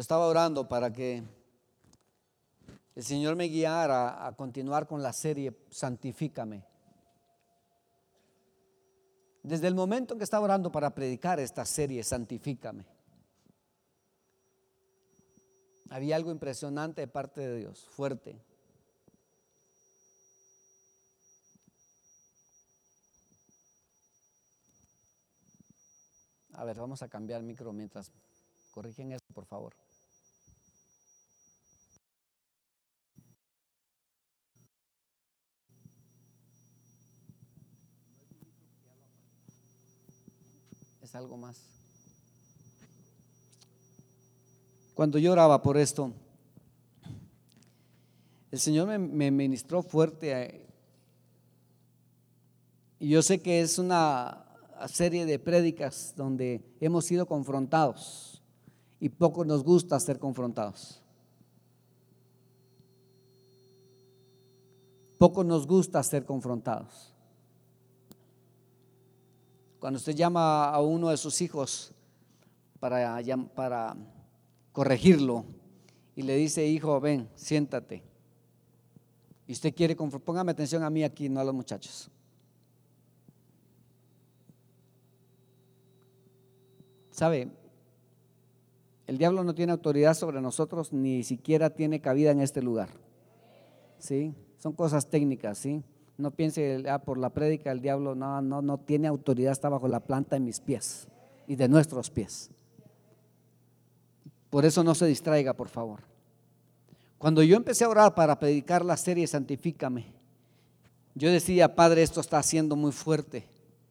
estaba orando para que el Señor me guiara a continuar con la serie Santifícame. Desde el momento en que estaba orando para predicar esta serie Santifícame, había algo impresionante de parte de Dios, fuerte. A ver, vamos a cambiar el micro mientras corrigen eso, por favor. Es algo más. Cuando yo oraba por esto, el Señor me ministró fuerte, y yo sé que es una serie de prédicas donde hemos sido confrontados y poco nos gusta ser confrontados. Poco nos gusta ser confrontados. Cuando usted llama a uno de sus hijos para corregirlo y le dice: hijo, ven, siéntate, y usted quiere confrontar, póngame atención a mí aquí, no a los muchachos. ¿Sabe? El diablo no tiene autoridad sobre nosotros, ni siquiera tiene cabida en este lugar. ¿Sí? Son cosas técnicas, ¿sí? No piense, por la prédica el diablo no tiene autoridad, está bajo la planta de mis pies y de nuestros pies. Por eso no se distraiga, por favor. Cuando yo empecé a orar para predicar la serie Santifícame, yo decía: Padre, esto está siendo muy fuerte.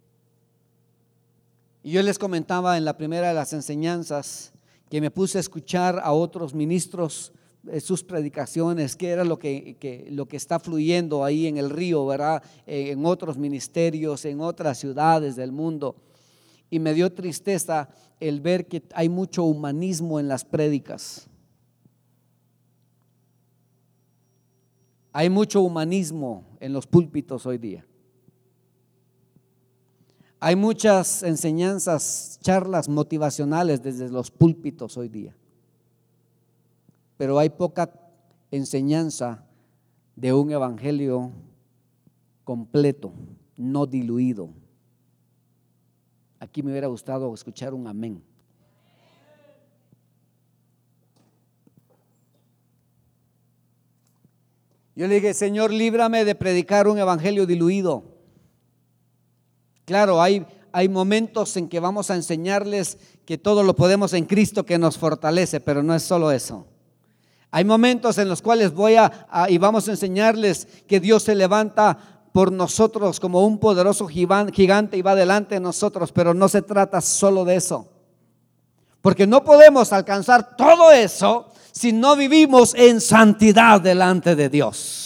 Y yo les comentaba en la primera de las enseñanzas que me puse a escuchar a otros ministros sus predicaciones, qué era lo que está fluyendo ahí en el río, ¿verdad? En otros ministerios, en otras ciudades del mundo. Y me dio tristeza el ver que hay mucho humanismo en las prédicas. Hay mucho humanismo en los púlpitos hoy día. Hay muchas enseñanzas, charlas motivacionales desde los púlpitos hoy día, pero hay poca enseñanza de un evangelio completo, no diluido. Aquí me hubiera gustado escuchar un amén. Yo le dije: Señor, líbrame de predicar un evangelio diluido. Claro, hay momentos en que vamos a enseñarles que todo lo podemos en Cristo que nos fortalece, pero no es solo eso. Hay momentos en los cuales vamos a enseñarles que Dios se levanta por nosotros como un poderoso gigante y va delante de nosotros, pero no se trata solo de eso, porque no podemos alcanzar todo eso si no vivimos en santidad delante de Dios.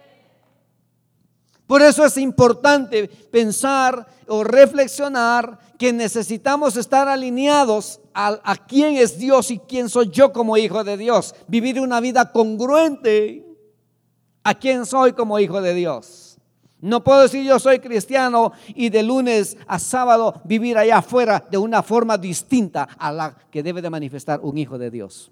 Por eso es importante pensar o reflexionar que necesitamos estar alineados a quién es Dios y quién soy yo como hijo de Dios. Vivir una vida congruente a quién soy como hijo de Dios. No puedo decir yo soy cristiano y de lunes a sábado vivir allá afuera de una forma distinta a la que debe de manifestar un hijo de Dios.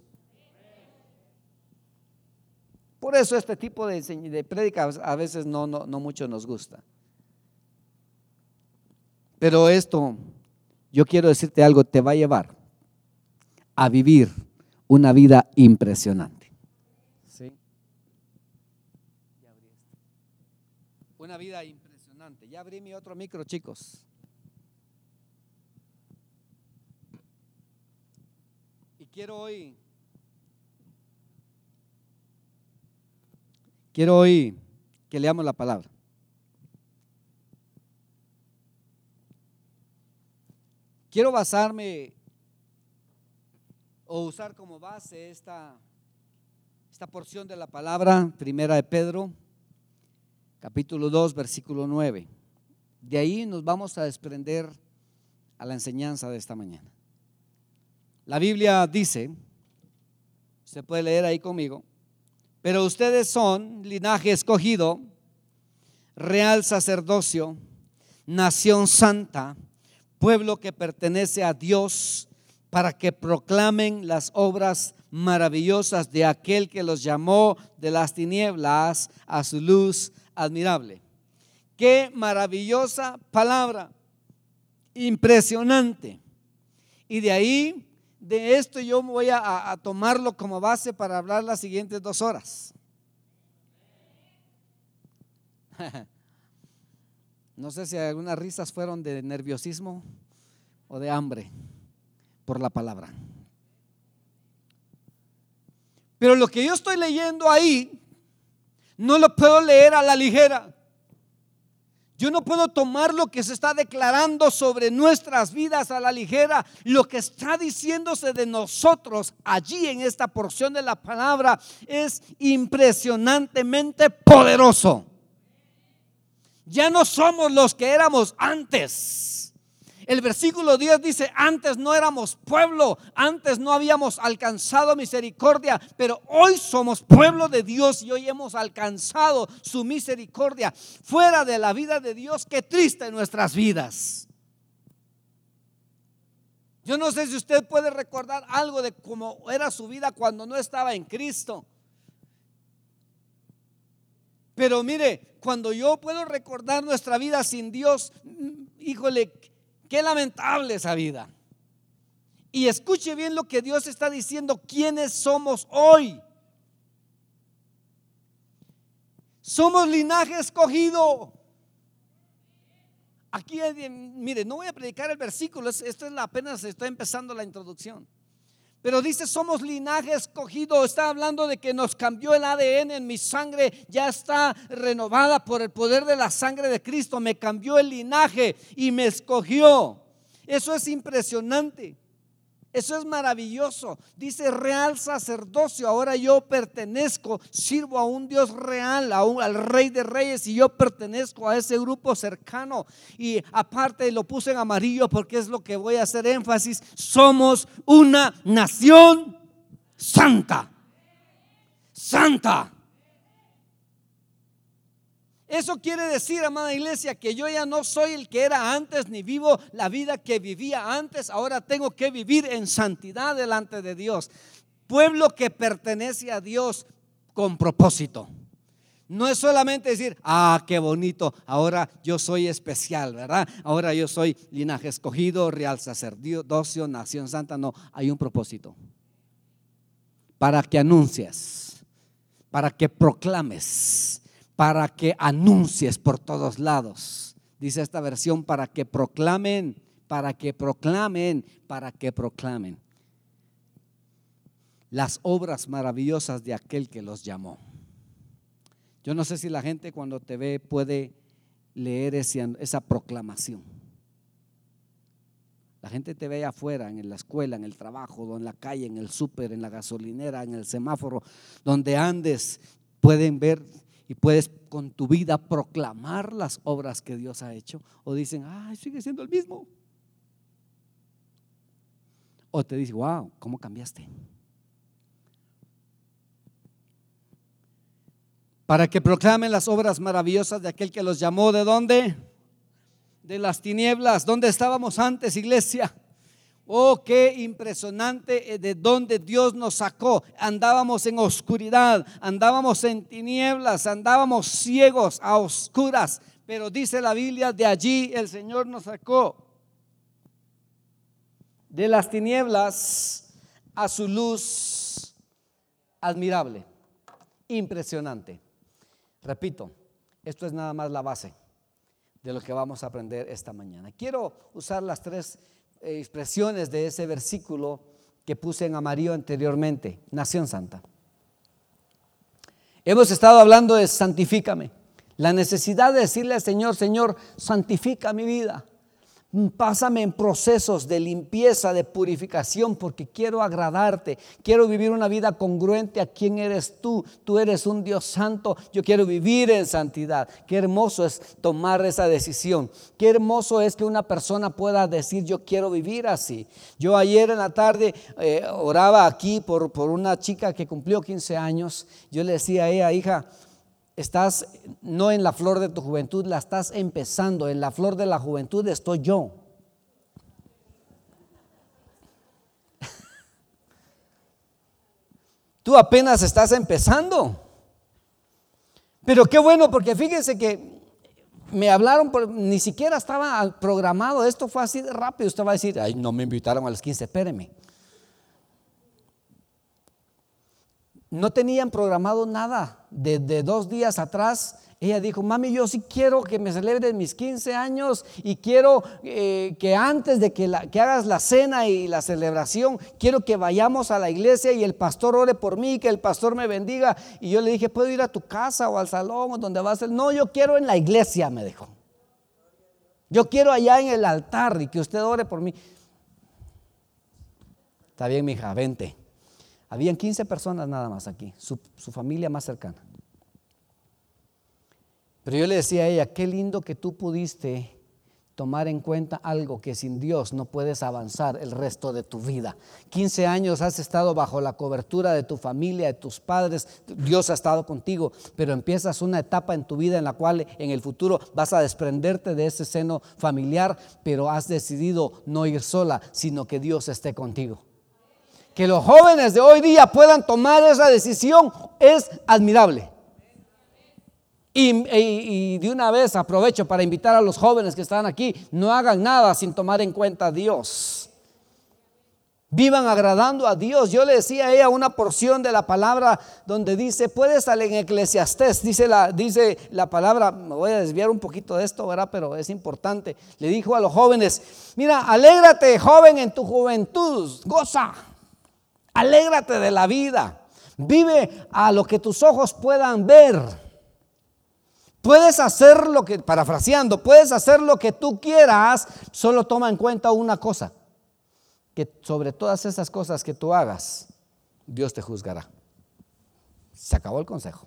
Por eso este tipo de prédicas a veces no mucho nos gusta. Pero esto, yo quiero decirte algo, te va a llevar a vivir una vida impresionante. ¿Sí? Una vida impresionante. Ya abrí mi otro micro, chicos. Y quiero hoy que leamos la palabra. Quiero basarme o usar como base esta porción de la palabra, primera de Pedro, capítulo 2, versículo 9. De ahí nos vamos a desprender a la enseñanza de esta mañana. La Biblia dice, se puede leer ahí conmigo: pero ustedes son linaje escogido, real sacerdocio, nación santa, pueblo que pertenece a Dios, para que proclamen las obras maravillosas de aquel que los llamó de las tinieblas a su luz admirable. Qué maravillosa palabra, impresionante. Y de ahí, de esto yo voy a tomarlo como base para hablar las siguientes 2 horas. No sé si algunas risas fueron de nerviosismo o de hambre por la palabra. Pero lo que yo estoy leyendo ahí no lo puedo leer a la ligera. Yo no puedo tomar lo que se está declarando sobre nuestras vidas a la ligera. Lo que está diciéndose de nosotros allí en esta porción de la palabra es impresionantemente poderoso. Ya no somos los que éramos antes. El versículo 10 dice: antes no éramos pueblo, antes no habíamos alcanzado misericordia, pero hoy somos pueblo de Dios y hoy hemos alcanzado su misericordia. Fuera de la vida de Dios, qué triste nuestras vidas. Yo no sé si usted puede recordar algo de cómo era su vida cuando no estaba en Cristo. Pero mire, cuando yo puedo recordar nuestra vida sin Dios, híjole, qué lamentable esa vida. Y escuche bien lo que Dios está diciendo: ¿quiénes somos hoy? Somos linaje escogido. Aquí, mire, no voy a predicar el versículo, esto es apenas está empezando la introducción. Pero dice: somos linaje escogido. Está hablando de que nos cambió el ADN en mi sangre. Ya está renovada por el poder de la sangre de Cristo. Me cambió el linaje y me escogió. Eso es impresionante. Eso es maravilloso. Dice: real sacerdocio. Ahora yo pertenezco, sirvo a un Dios real, al Rey de Reyes, y yo pertenezco a ese grupo cercano. Y aparte lo puse en amarillo porque es lo que voy a hacer énfasis: somos una nación santa. Santa. Eso quiere decir, amada iglesia, que yo ya no soy el que era antes, ni vivo la vida que vivía antes. Ahora tengo que vivir en santidad delante de Dios. Pueblo que pertenece a Dios con propósito. No es solamente decir: qué bonito, ahora yo soy especial, ¿verdad? Ahora yo soy linaje escogido, real sacerdocio, nación santa. No, hay un propósito. Para que anuncies, para que proclames, para que anuncies por todos lados. Dice esta versión: para que proclamen, para que proclamen, para que proclamen las obras maravillosas de aquel que los llamó. Yo no sé si la gente cuando te ve puede leer esa proclamación. La gente te ve afuera, en la escuela, en el trabajo, en la calle, en el súper, en la gasolinera, en el semáforo, donde andes, pueden ver y puedes con tu vida proclamar las obras que Dios ha hecho. O dicen: sigue siendo el mismo. O te dice: wow, ¿cómo cambiaste? Para que proclamen las obras maravillosas de aquel que los llamó. ¿De dónde? De las tinieblas. ¿Dónde estábamos antes, iglesia? Oh, qué impresionante de donde Dios nos sacó. Andábamos en oscuridad, andábamos en tinieblas, andábamos ciegos, a oscuras. Pero dice la Biblia: de allí el Señor nos sacó, de las tinieblas a su luz admirable. Impresionante. Repito, esto es nada más la base de lo que vamos a aprender esta mañana. Quiero usar las 3 expresiones de ese versículo que puse en amarillo anteriormente: nación santa. Hemos estado hablando de santifícame, la necesidad de decirle al Señor: Señor, santifica mi vida, pásame en procesos de limpieza, de purificación, porque quiero agradarte, quiero vivir una vida congruente a quién eres tú. Tú eres un Dios santo, yo quiero vivir en santidad. Qué hermoso es tomar esa decisión. Qué hermoso es que una persona pueda decir: yo quiero vivir así. Yo ayer en la tarde oraba aquí por una chica que cumplió 15 años. Yo le decía a ella: hija, estás no en la flor de tu juventud, la estás empezando. En la flor de la juventud estoy yo. Tú apenas estás empezando. Pero qué bueno, porque fíjense que me hablaron, ni siquiera estaba programado. Esto fue así de rápido. Usted va a decir, ay, no me invitaron a las 15, espéreme. No tenían programado nada. Desde 2 días atrás, ella dijo, mami, yo sí quiero que me celebren mis 15 años y quiero que antes de que hagas la cena y la celebración, quiero que vayamos a la iglesia y el pastor ore por mí, que el pastor me bendiga. Y yo le dije, ¿puedo ir a tu casa o al salón o donde vas a ser? No, yo quiero en la iglesia, me dijo. Yo quiero allá en el altar y que usted ore por mí. Está bien, mija, vente. Habían 15 personas nada más aquí, su familia más cercana. Pero yo le decía a ella, qué lindo que tú pudiste tomar en cuenta algo que sin Dios no puedes avanzar el resto de tu vida. 15 años has estado bajo la cobertura de tu familia, de tus padres, Dios ha estado contigo, pero empiezas una etapa en tu vida en la cual en el futuro vas a desprenderte de ese seno familiar, pero has decidido no ir sola, sino que Dios esté contigo. Que los jóvenes de hoy día puedan tomar esa decisión es admirable. Y de una vez aprovecho para invitar a los jóvenes que están aquí, no hagan nada sin tomar en cuenta a Dios. Vivan agradando a Dios. Yo le decía a ella una porción de la palabra donde dice, puedes salir en Eclesiastés, dice la palabra, me voy a desviar un poquito de esto, ¿verdad? Pero es importante. Le dijo a los jóvenes, mira, alégrate, joven, en tu juventud, goza. Alégrate de la vida, vive a lo que tus ojos puedan ver. Puedes hacer lo que, parafraseando, puedes hacer lo que tú quieras, solo toma en cuenta una cosa, que sobre todas esas cosas que tú hagas, Dios te juzgará. Se acabó el consejo.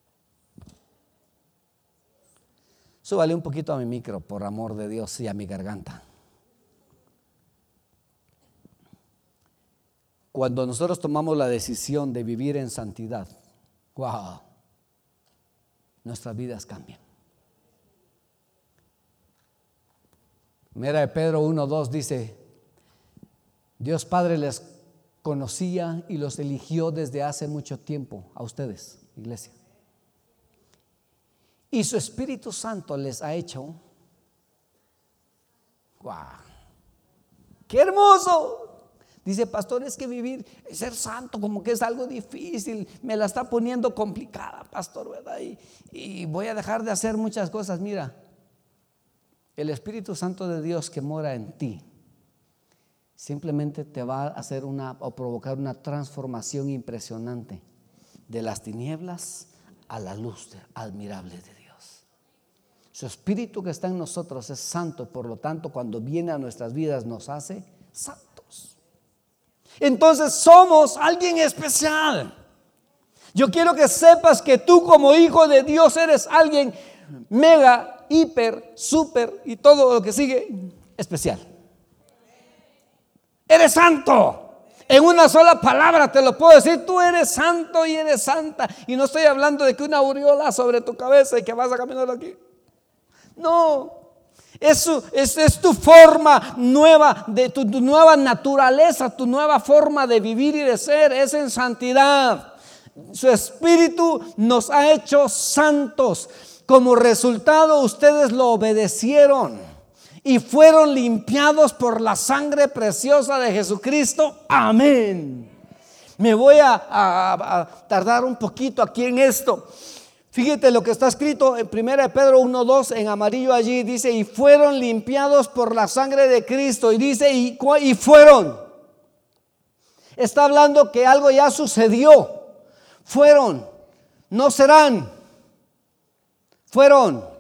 Súbale un poquito a mi micro, por amor de Dios, y a mi garganta. Cuando nosotros tomamos la decisión de vivir en santidad, wow, nuestras vidas cambian. Mira, Pedro 1:2 dice, Dios Padre les conocía y los eligió desde hace mucho tiempo a ustedes, iglesia. Y su Espíritu Santo les ha hecho, wow, qué hermoso. Dice, pastor, es que vivir, ser santo como que es algo difícil, me la está poniendo complicada, pastor, ¿verdad? Y voy a dejar de hacer muchas cosas. Mira, el Espíritu Santo de Dios que mora en ti simplemente te va a hacer o provocar una transformación impresionante de las tinieblas a la luz admirable de Dios. Su Espíritu que está en nosotros es santo, por lo tanto, cuando viene a nuestras vidas nos hace santos. Entonces somos alguien especial. Yo quiero que sepas que tú como hijo de Dios eres alguien mega, hiper, super y todo lo que sigue especial. Eres santo. En una sola palabra te lo puedo decir, tú eres santo y eres santa. Y no estoy hablando de que una aureola sobre tu cabeza y que vas a caminar aquí. No. Eso es tu forma nueva, de tu nueva naturaleza, tu nueva forma de vivir y de ser, es en santidad. Su Espíritu nos ha hecho santos. Como resultado, ustedes lo obedecieron y fueron limpiados por la sangre preciosa de Jesucristo. Amén. Me voy a tardar un poquito aquí en esto. Fíjate lo que está escrito en 1 Pedro 1:2 en amarillo allí, dice, y fueron limpiados por la sangre de Cristo. Y dice, y fueron. Está hablando que algo ya sucedió. Fueron, no serán. Fueron.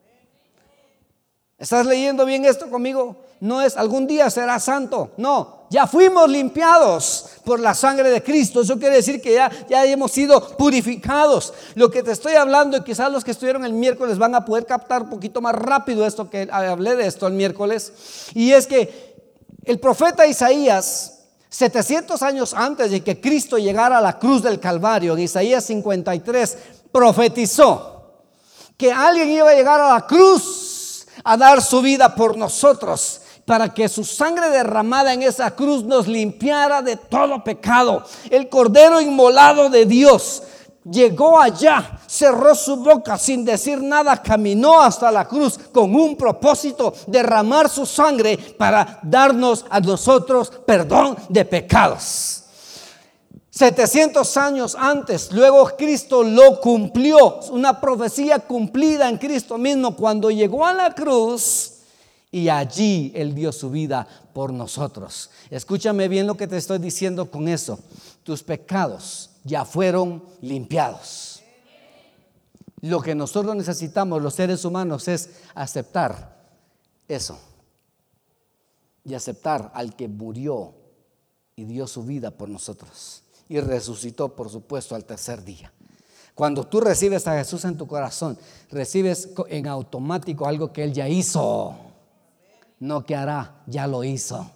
¿Estás leyendo bien esto conmigo? No es algún día será santo, no, ya fuimos limpiados por la sangre de Cristo. Eso quiere decir que ya hemos sido purificados. Lo que te estoy hablando, y quizás los que estuvieron el miércoles van a poder captar un poquito más rápido esto, que hablé de esto el miércoles, y es que el profeta Isaías, 700 años antes de que Cristo llegara a la cruz del Calvario, en Isaías 53, profetizó que alguien iba a llegar a la cruz a dar su vida por nosotros. para que su sangre derramada en esa cruz nos limpiara de todo pecado. El Cordero inmolado de Dios llegó allá, cerró su boca sin decir nada, caminó hasta la cruz con un propósito: derramar su sangre para darnos a nosotros perdón de pecados. 700 años antes, luego Cristo lo cumplió, una profecía cumplida en Cristo mismo cuando llegó a la cruz, y allí Él dio su vida por nosotros. Escúchame bien lo que te estoy diciendo con eso: tus pecados ya fueron limpiados. Lo que nosotros necesitamos, los seres humanos, es aceptar eso y aceptar al que murió y dio su vida por nosotros y resucitó, por supuesto, al tercer día. Cuando tú recibes a Jesús en tu corazón, recibes en automático algo que Él ya hizo, no que hará, ya lo hizo.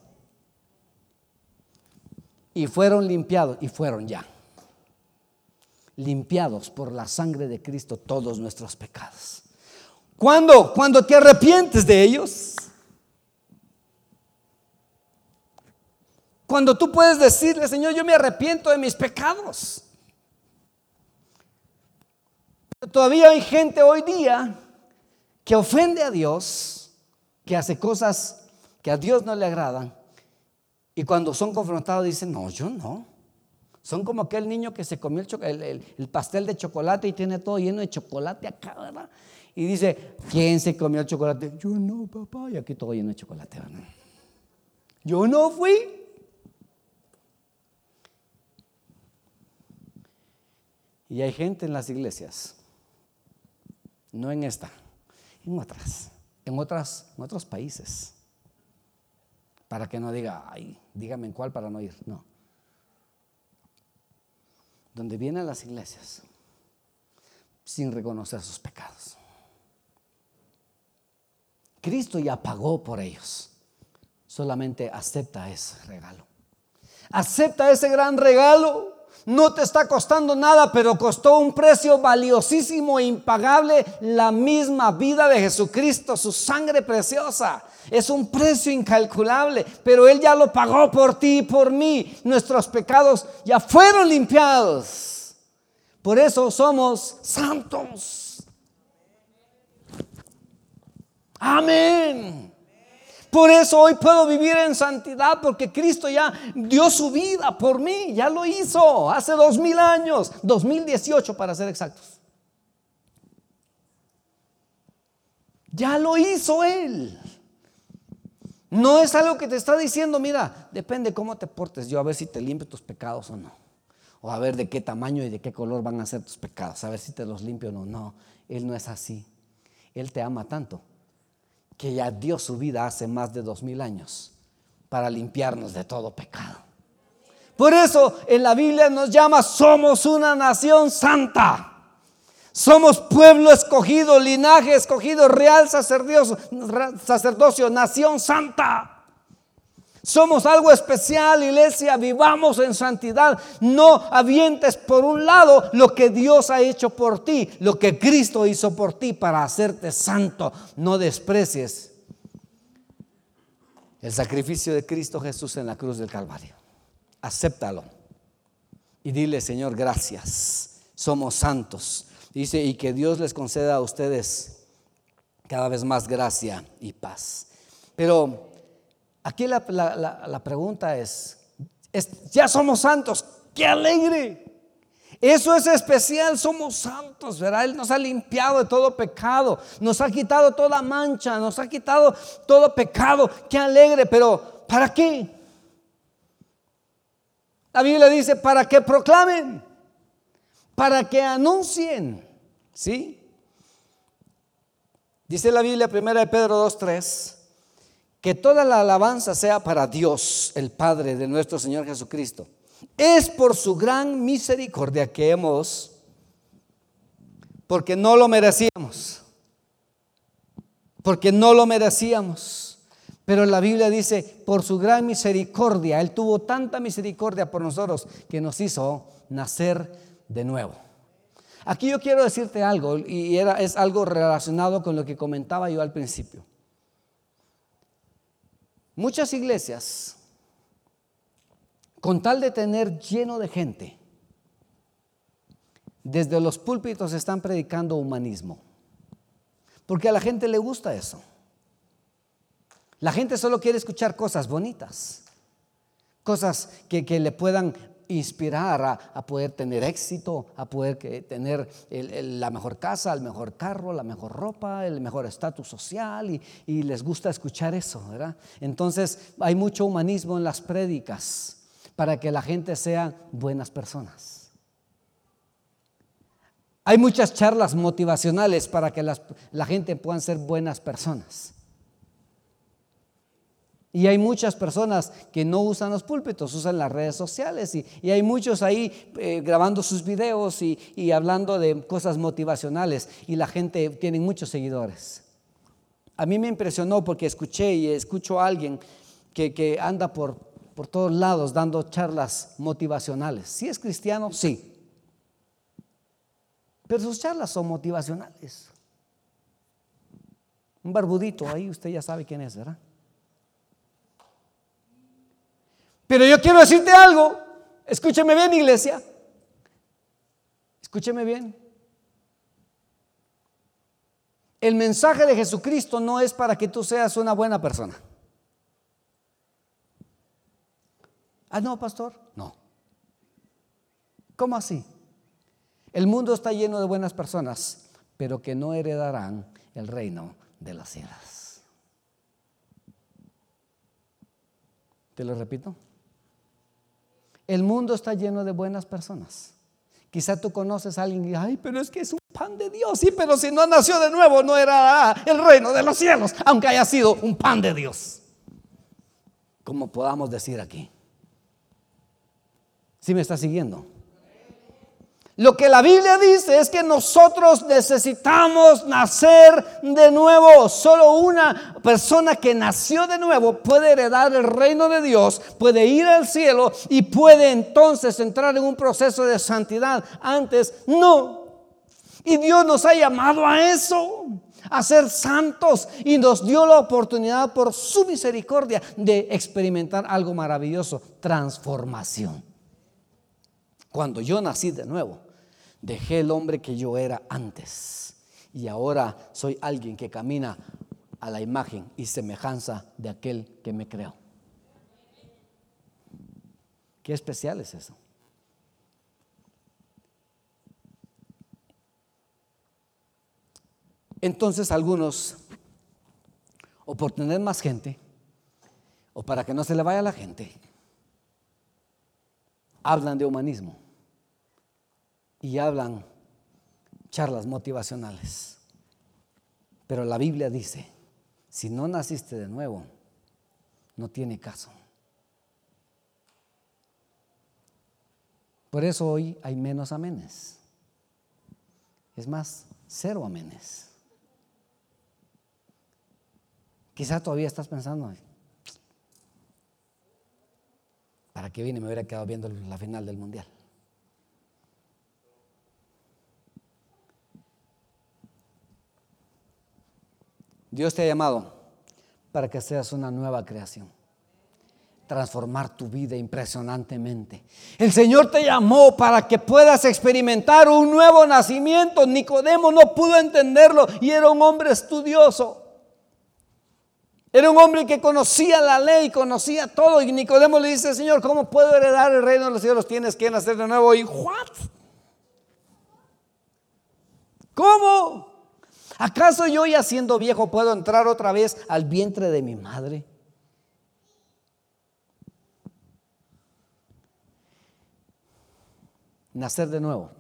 Y fueron limpiados, y fueron ya limpiados por la sangre de Cristo todos nuestros pecados. ¿Cuándo? Cuando te arrepientes de ellos. Cuando tú puedes decirle: Señor, yo me arrepiento de mis pecados. Pero todavía hay gente hoy día que ofende a Dios, que hace cosas que a Dios no le agradan, y cuando son confrontados dicen: no, yo no. Son como aquel niño que se comió el pastel de chocolate y tiene todo lleno de chocolate acá, ¿verdad? Y dice: ¿quién se comió el chocolate? Yo no, papá. Y aquí todo lleno de chocolate, ¿verdad? Yo no fui. Y hay gente en las iglesias, no en esta, en otros países, para que no diga: ay, dígame en cuál para no ir. No, donde vienen a las iglesias sin reconocer sus pecados. Cristo ya pagó por ellos, solamente acepta ese regalo. Acepta ese gran regalo. No te está costando nada, pero costó un precio valiosísimo e impagable: la misma vida de Jesucristo, su sangre preciosa. Es un precio incalculable, pero Él ya lo pagó por ti y por mí. Nuestros pecados ya fueron limpiados. Por eso somos santos. Amén. Por eso hoy puedo vivir en santidad, porque Cristo ya dio su vida por mí. Ya lo hizo hace 2000 años, 2018 para ser exactos. Ya lo hizo Él. No es algo que te está diciendo: mira, depende cómo te portes, yo a ver si te limpio tus pecados o no, o a ver de qué tamaño y de qué color van a ser tus pecados, a ver si te los limpio o no. No, Él no es así. Él te ama tanto que ya dio su vida hace más de 2000 años para limpiarnos de todo pecado. Por eso en la Biblia nos llama: somos una nación santa. Somos pueblo escogido, linaje escogido, real sacerdocio, nación santa. Somos algo especial, iglesia. Vivamos en santidad. No avientes por un lado lo que Dios ha hecho por ti, lo que Cristo hizo por ti para hacerte santo. No desprecies el sacrificio de Cristo Jesús en la cruz del Calvario. Acéptalo y dile: Señor, gracias, somos santos. Dice: y que Dios les conceda a ustedes cada vez más gracia y paz. Pero aquí la pregunta es: ya somos santos, ¡qué alegre! Eso es especial, somos santos, ¿verdad? Él nos ha limpiado de todo pecado, nos ha quitado toda mancha, nos ha quitado todo pecado, ¡qué alegre! Pero ¿para qué? La Biblia dice: para que proclamen, para que anuncien, ¿sí? Dice la Biblia, 1 Pedro 2:3, que toda la alabanza sea para Dios, el Padre de nuestro Señor Jesucristo. Es por su gran misericordia que porque no lo merecíamos, pero la Biblia dice: por su gran misericordia, Él tuvo tanta misericordia por nosotros que nos hizo nacer de nuevo. Aquí yo quiero decirte algo, y es algo relacionado con lo que comentaba yo al principio. Muchas iglesias, con tal de tener lleno de gente, desde los púlpitos están predicando humanismo, porque a la gente le gusta eso. La gente solo quiere escuchar cosas bonitas, cosas que le puedan inspirar a poder tener éxito, a poder tener la mejor casa, el mejor carro, la mejor ropa, el mejor estatus social, y les gusta escuchar eso, ¿verdad? Entonces hay mucho humanismo en las prédicas para que la gente sea buenas personas. Hay muchas charlas motivacionales para que la gente puedan ser buenas personas. Y hay muchas personas que no usan los púlpitos, usan las redes sociales, y hay muchos ahí grabando sus videos y hablando de cosas motivacionales, y la gente tiene muchos seguidores. A mí me impresionó porque escucho a alguien que anda por todos lados dando charlas motivacionales. ¿Sí es cristiano? Sí. Pero sus charlas son motivacionales. Un barbudito ahí, usted ya sabe quién es, ¿verdad? Pero yo quiero decirte algo, escúcheme bien, iglesia, escúcheme bien. El mensaje de Jesucristo no es para que tú seas una buena persona. Ah, no, pastor, no. ¿Cómo así? El mundo está lleno de buenas personas, pero que no heredarán el reino de los cielos. Te lo repito. El mundo está lleno de buenas personas. Quizá tú conoces a alguien y ay, pero es que es un pan de Dios. Sí, pero si no nació de nuevo, no heredará el reino de los cielos, aunque haya sido un pan de Dios, como podamos decir aquí. ¿Sí me está siguiendo? Lo que la Biblia dice es que nosotros necesitamos nacer de nuevo. Solo una persona que nació de nuevo puede heredar el reino de Dios, puede ir al cielo y puede entonces entrar en un proceso de santidad. Antes no. Y Dios nos ha llamado a eso, a ser santos, y nos dio la oportunidad por su misericordia de experimentar algo maravilloso: transformación. Cuando yo nací de nuevo, dejé el hombre que yo era antes, y ahora soy alguien que camina a la imagen y semejanza de aquel que me creó. Qué especial es eso. Entonces algunos, o por tener más gente, o para que no se le vaya la gente, hablan de humanismo y hablan charlas motivacionales. Pero la Biblia dice, si no naciste de nuevo, no tiene caso. Por eso hoy hay menos amenes. Es más, 0 amenes. Quizás todavía estás pensando, ¿para qué vine? Me hubiera quedado viendo la final del mundial. Dios te ha llamado para que seas una nueva creación, transformar tu vida impresionantemente. El Señor te llamó para que puedas experimentar un nuevo nacimiento. Nicodemo no pudo entenderlo y era un hombre estudioso. Era un hombre que conocía la ley, conocía todo, y Nicodemo le dice: Señor, ¿cómo puedo heredar el reino de los cielos? Tienes que nacer de nuevo. Y ¿what? ¿Cómo? ¿Acaso yo, ya siendo viejo, puedo entrar otra vez al vientre de mi madre? Nacer de nuevo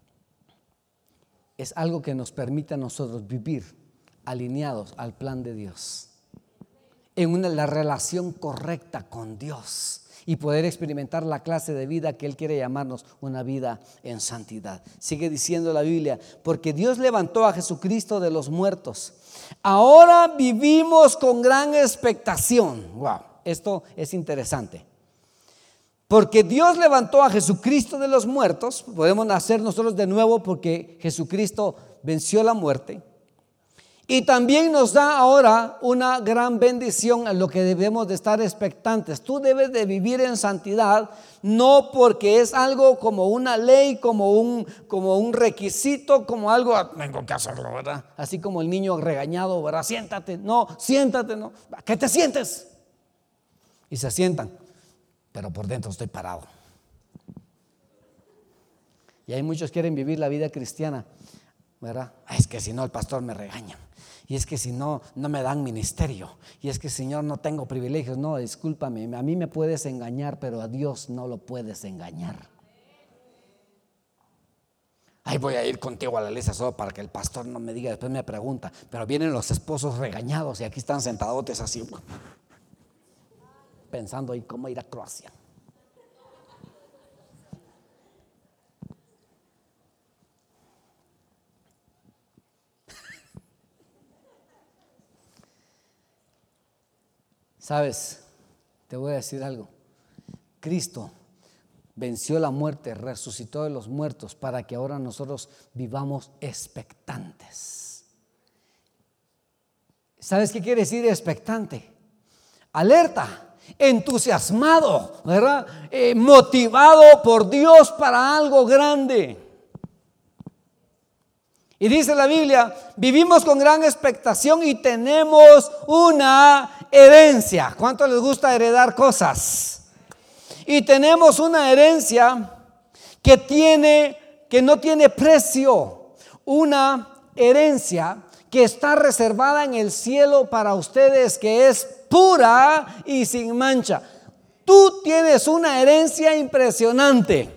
es algo que nos permite a nosotros vivir alineados al plan de Dios, en la relación correcta con Dios, y poder experimentar la clase de vida que Él quiere llamarnos, una vida en santidad. Sigue diciendo la Biblia: porque Dios levantó a Jesucristo de los muertos. Ahora vivimos con gran expectación. Wow, esto es interesante. Porque Dios levantó a Jesucristo de los muertos. Podemos nacer nosotros de nuevo porque Jesucristo venció la muerte. Y también nos da ahora una gran bendición a lo que debemos de estar expectantes. Tú debes de vivir en santidad, no porque es algo como una ley, como un requisito, como algo, tengo que hacerlo, ¿verdad? Así como el niño regañado, ¿verdad? Siéntate, no, ¿qué te sientes? Y se sientan, pero por dentro estoy parado. Y hay muchos que quieren vivir la vida cristiana, ¿verdad? Es que si no el pastor me regaña. Y es que si no, no me dan ministerio. Y es que Señor, no tengo privilegios. No, discúlpame, a mí me puedes engañar, pero a Dios no lo puedes engañar. Ay, voy a ir contigo a la iglesia solo para que el pastor no me diga. Después me pregunta, pero vienen los esposos regañados y aquí están sentadotes así, pensando en cómo ir a Croacia. Sabes, te voy a decir algo. Cristo venció la muerte, resucitó de los muertos para que ahora nosotros vivamos expectantes. ¿Sabes qué quiere decir expectante? Alerta, entusiasmado, ¿verdad? Motivado por Dios para algo grande. Y dice la Biblia, vivimos con gran expectación y tenemos una herencia. ¿Cuánto les gusta heredar cosas? Y tenemos una herencia que no tiene precio. Una herencia que está reservada en el cielo para ustedes, que es pura y sin mancha. Tú tienes una herencia impresionante.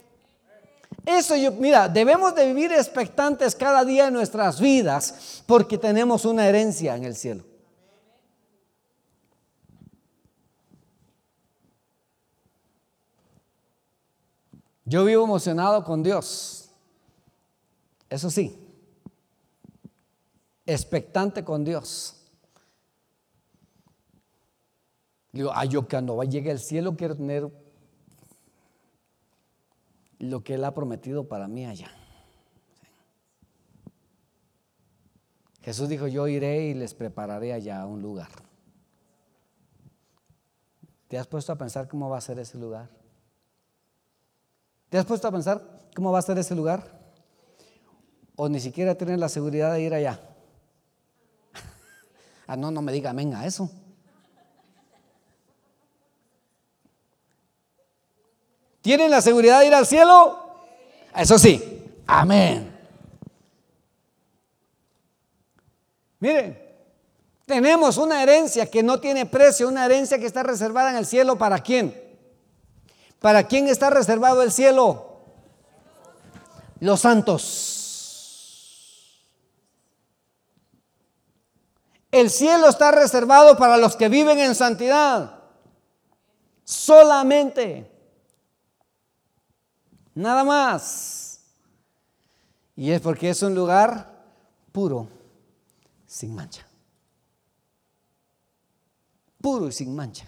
Mira, debemos de vivir expectantes cada día en nuestras vidas porque tenemos una herencia en el cielo. Yo vivo emocionado con Dios, eso sí, expectante con Dios. Digo, yo cuando llegue al cielo quiero tener lo que Él ha prometido para mí allá. Jesús dijo, yo iré y les prepararé allá un lugar. ¿Te has puesto a pensar cómo va a ser ese lugar? ¿Te has puesto a pensar cómo va a ser ese lugar? ¿O ni siquiera tienes la seguridad de ir allá? No me diga amén a eso. ¿Tienen la seguridad de ir al cielo? Eso sí, amén. Miren, tenemos una herencia que no tiene precio, una herencia que está reservada en el cielo. ¿Para quién? ¿Para quién está reservado el cielo? Los santos. El cielo está reservado para los que viven en santidad. Solamente. Nada más. Y es porque es un lugar puro, sin mancha. Puro y sin mancha.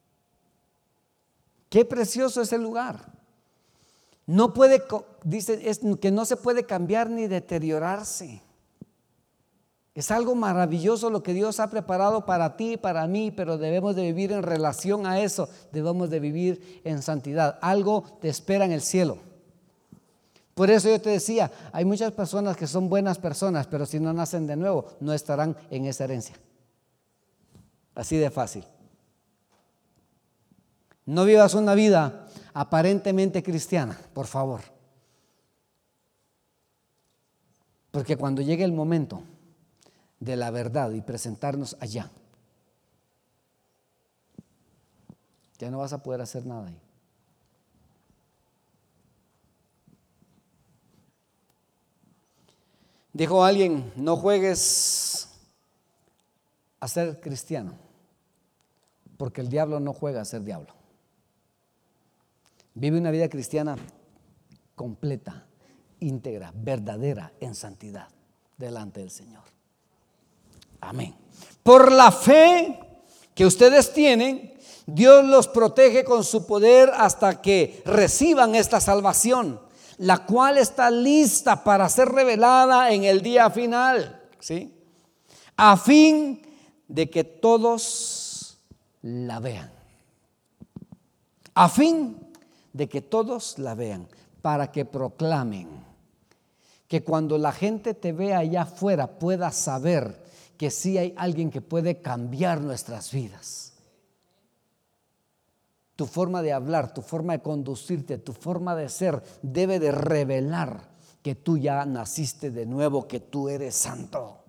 Qué precioso es el lugar. No puede, dice, es que no se puede cambiar ni deteriorarse. Es algo maravilloso lo que Dios ha preparado para ti y para mí, pero debemos de vivir en relación a eso. Debemos de vivir en santidad. Algo te espera en el cielo. Por eso yo te decía, hay muchas personas que son buenas personas, pero si no nacen de nuevo, no estarán en esa herencia. Así de fácil. No vivas una vida aparentemente cristiana, por favor. Porque cuando llegue el momento de la verdad y presentarnos allá, ya no vas a poder hacer nada ahí. Dijo alguien, no juegues a ser cristiano, porque el diablo no juega a ser diablo. Vive una vida cristiana completa, íntegra, verdadera, en santidad, delante del Señor. Amén. Por la fe que ustedes tienen, Dios los protege con su poder hasta que reciban esta salvación, la cual está lista para ser revelada en el día final. ¿Sí? a fin de que todos la vean. A fin de que todos la vean, para que proclamen, que cuando la gente te vea allá afuera pueda saber que sí hay alguien que puede cambiar nuestras vidas. Tu forma de hablar, tu forma de conducirte, tu forma de ser debe de revelar que tú ya naciste de nuevo, que tú eres santo.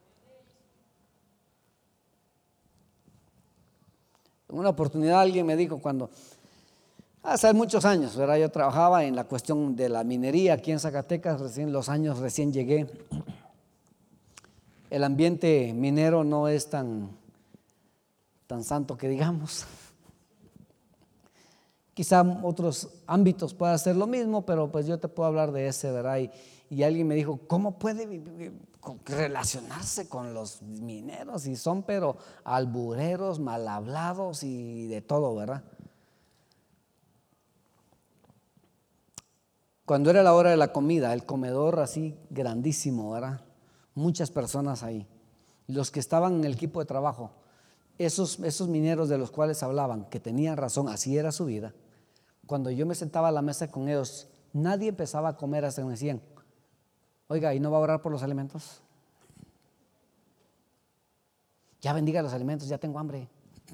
En una oportunidad alguien me dijo, hace muchos años, ¿verdad? Yo trabajaba en la cuestión de la minería aquí en Zacatecas, recién llegué. El ambiente minero no es tan santo que digamos. Quizá otros ámbitos pueda ser lo mismo, pero pues yo te puedo hablar de ese, ¿verdad? Y alguien me dijo, ¿cómo puede relacionarse con los mineros? Y son pero albureros, mal hablados y de todo, ¿verdad? Cuando era la hora de la comida, el comedor así grandísimo, ¿verdad? Muchas personas ahí. Los que estaban en el equipo de trabajo, esos mineros de los cuales hablaban, que tenían razón, así era su vida. Cuando yo me sentaba a la mesa con ellos, nadie empezaba a comer hasta que me decían, oiga, ¿y no va a orar por los alimentos? Ya bendiga los alimentos, ya tengo hambre.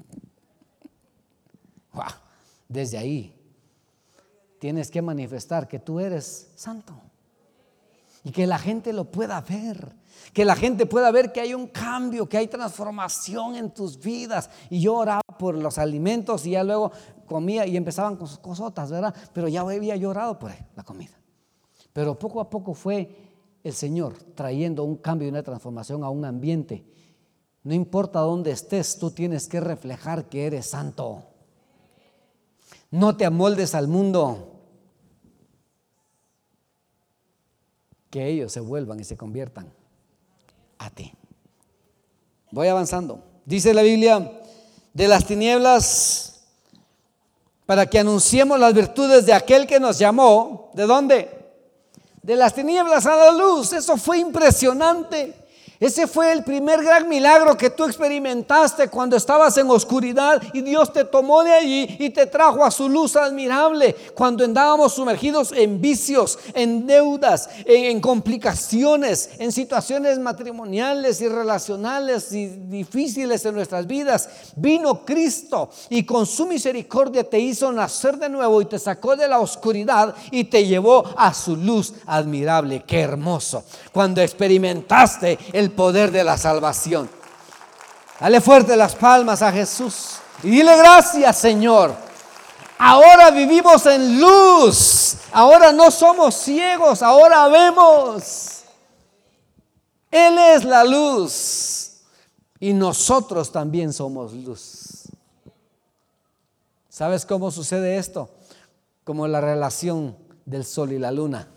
¡Wow! Desde ahí tienes que manifestar que tú eres santo y que la gente lo pueda ver, que la gente pueda ver que hay un cambio, que hay transformación en tus vidas. Y yo oraba por los alimentos y ya luego comía y empezaban con sus cosotas, ¿verdad? Pero ya había llorado por la comida. Pero poco a poco fue el Señor trayendo un cambio y una transformación a un ambiente. No importa dónde estés, tú tienes que reflejar que eres santo. No te amoldes al mundo. Que ellos se vuelvan y se conviertan a ti. Voy avanzando. Dice la Biblia, de las tinieblas para que anunciemos las virtudes de aquel que nos llamó. ¿De dónde? De las tinieblas a la luz. Eso fue impresionante. Ese fue el primer gran milagro que tú experimentaste cuando estabas en oscuridad y Dios te tomó de allí y te trajo a su luz admirable. Cuando andábamos sumergidos en vicios, en deudas, en complicaciones, en situaciones matrimoniales y relacionales y difíciles en nuestras vidas, vino Cristo y con su misericordia te hizo nacer de nuevo y te sacó de la oscuridad y te llevó a su luz admirable. Qué hermoso cuando experimentaste el poder de la salvación. Dale fuerte las palmas a Jesús y dile gracias, Señor. Ahora vivimos en luz. Ahora no somos ciegos, ahora vemos. Él es la luz y nosotros también somos luz. ¿Sabes cómo sucede esto? Como la relación del sol y la luna.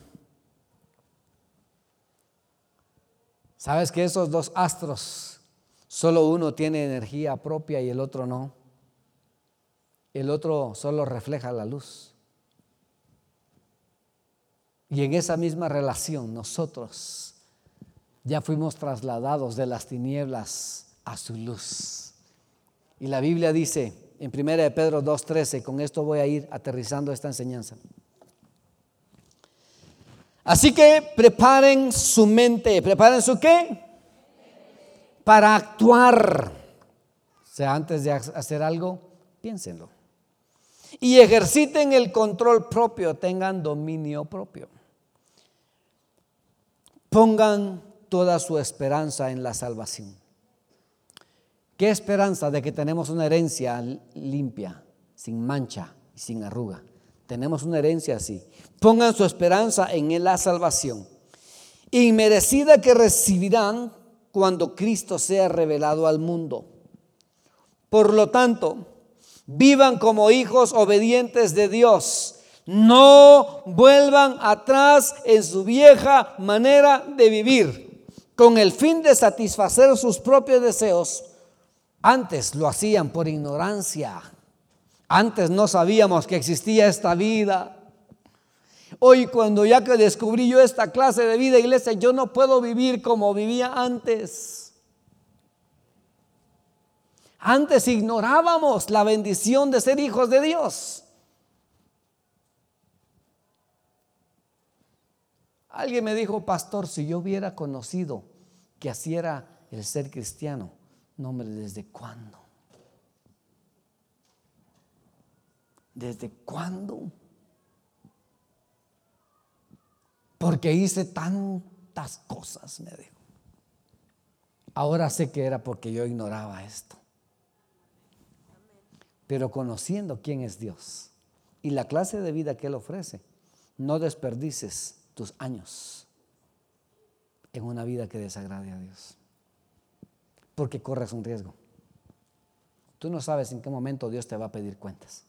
¿Sabes que esos dos astros, solo uno tiene energía propia y el otro no? El otro solo refleja la luz. Y en esa misma relación nosotros ya fuimos trasladados de las tinieblas a su luz. Y la Biblia dice en 1 de Pedro 2:13, con esto voy a ir aterrizando esta enseñanza. Así que preparen su mente. ¿Preparen su qué? Para actuar. O sea, antes de hacer algo, piénsenlo. Y ejerciten el control propio, tengan dominio propio. Pongan toda su esperanza en la salvación. ¿Qué esperanza? De que tenemos una herencia limpia, sin mancha y sin arruga. Tenemos una herencia así. Pongan su esperanza en la salvación inmerecida que recibirán cuando Cristo sea revelado al mundo. Por lo tanto, vivan como hijos obedientes de Dios. No vuelvan atrás en su vieja manera de vivir, con el fin de satisfacer sus propios deseos. Antes lo hacían por ignorancia. Antes no sabíamos que existía esta vida. Hoy, cuando ya que descubrí yo esta clase de vida, iglesia, yo no puedo vivir como vivía antes. Antes ignorábamos la bendición de ser hijos de Dios. Alguien me dijo: pastor, si yo hubiera conocido que así era el ser cristiano. No, hombre, ¿desde cuándo? ¿Desde cuándo? Porque hice tantas cosas, me dijo. Ahora sé que era porque yo ignoraba esto. Pero conociendo quién es Dios y la clase de vida que Él ofrece, no desperdices tus años en una vida que desagrade a Dios, porque corres un riesgo. Tú no sabes en qué momento Dios te va a pedir cuentas.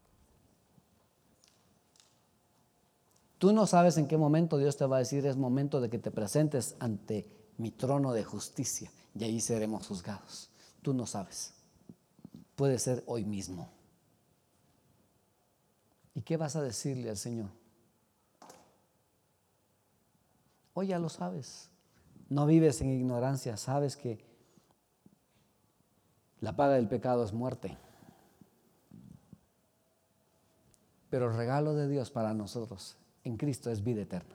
Tú no sabes en qué momento Dios te va a decir: es momento de que te presentes ante mi trono de justicia y ahí seremos juzgados. Tú no sabes. Puede ser hoy mismo. ¿Y qué vas a decirle al Señor? Hoy ya lo sabes. No vives en ignorancia. Sabes que la paga del pecado es muerte. Pero el regalo de Dios para nosotros en Cristo es vida eterna.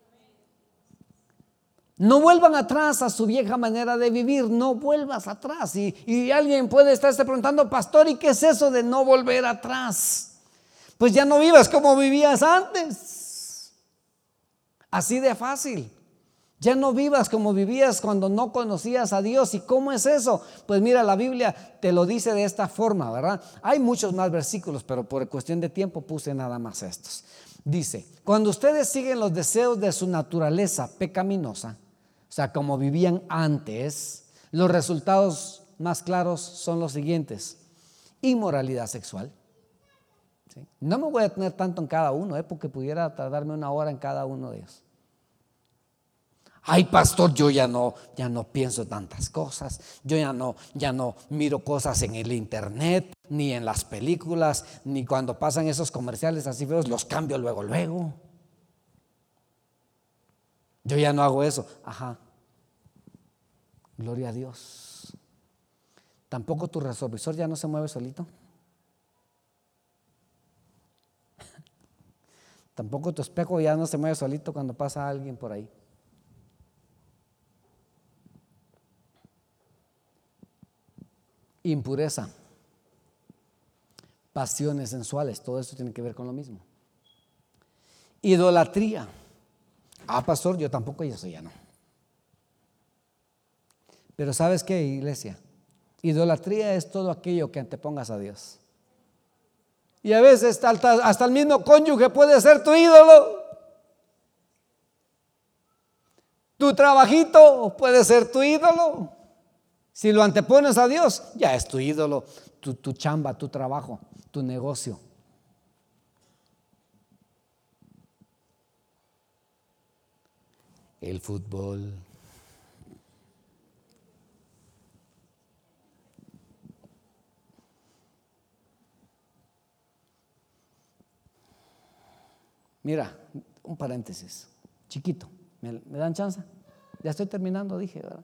No vuelvan atrás a su vieja manera de vivir. No vuelvas atrás. Y alguien puede estarse preguntando: pastor, ¿y qué es eso de no volver atrás? Pues ya no vivas como vivías antes. Así de fácil. Ya no vivas como vivías cuando no conocías a Dios. ¿Y cómo es eso? Pues mira, la Biblia te lo dice de esta forma, ¿verdad? Hay muchos más versículos, pero por cuestión de tiempo puse nada más estos. Dice: cuando ustedes siguen los deseos de su naturaleza pecaminosa, o sea, como vivían antes, los resultados más claros son los siguientes: inmoralidad sexual. ¿Sí? No me voy a tener tanto en cada uno, porque pudiera tardarme una hora en cada uno de ellos. Ay, pastor, yo ya no pienso tantas cosas. Yo ya no miro cosas en el internet, ni en las películas, ni cuando pasan esos comerciales así feos, los cambio luego. Yo ya no hago eso. Ajá. Gloria a Dios. Tampoco tu retrovisor ya no se mueve solito. Tampoco tu espejo ya no se mueve solito cuando pasa alguien por ahí. Impureza, pasiones sensuales, todo eso tiene que ver con lo mismo. Idolatría. Ah, pastor, yo tampoco, y eso ya no. Pero ¿sabes qué, iglesia? Idolatría es todo aquello que antepongas a Dios. Y a veces hasta el mismo cónyuge puede ser tu ídolo. Tu trabajito puede ser tu ídolo. Si lo antepones a Dios, ya es tu ídolo, tu chamba, tu trabajo, tu negocio. El fútbol. Mira, un paréntesis, chiquito. ¿Me dan chance? Ya estoy terminando, dije, ¿verdad?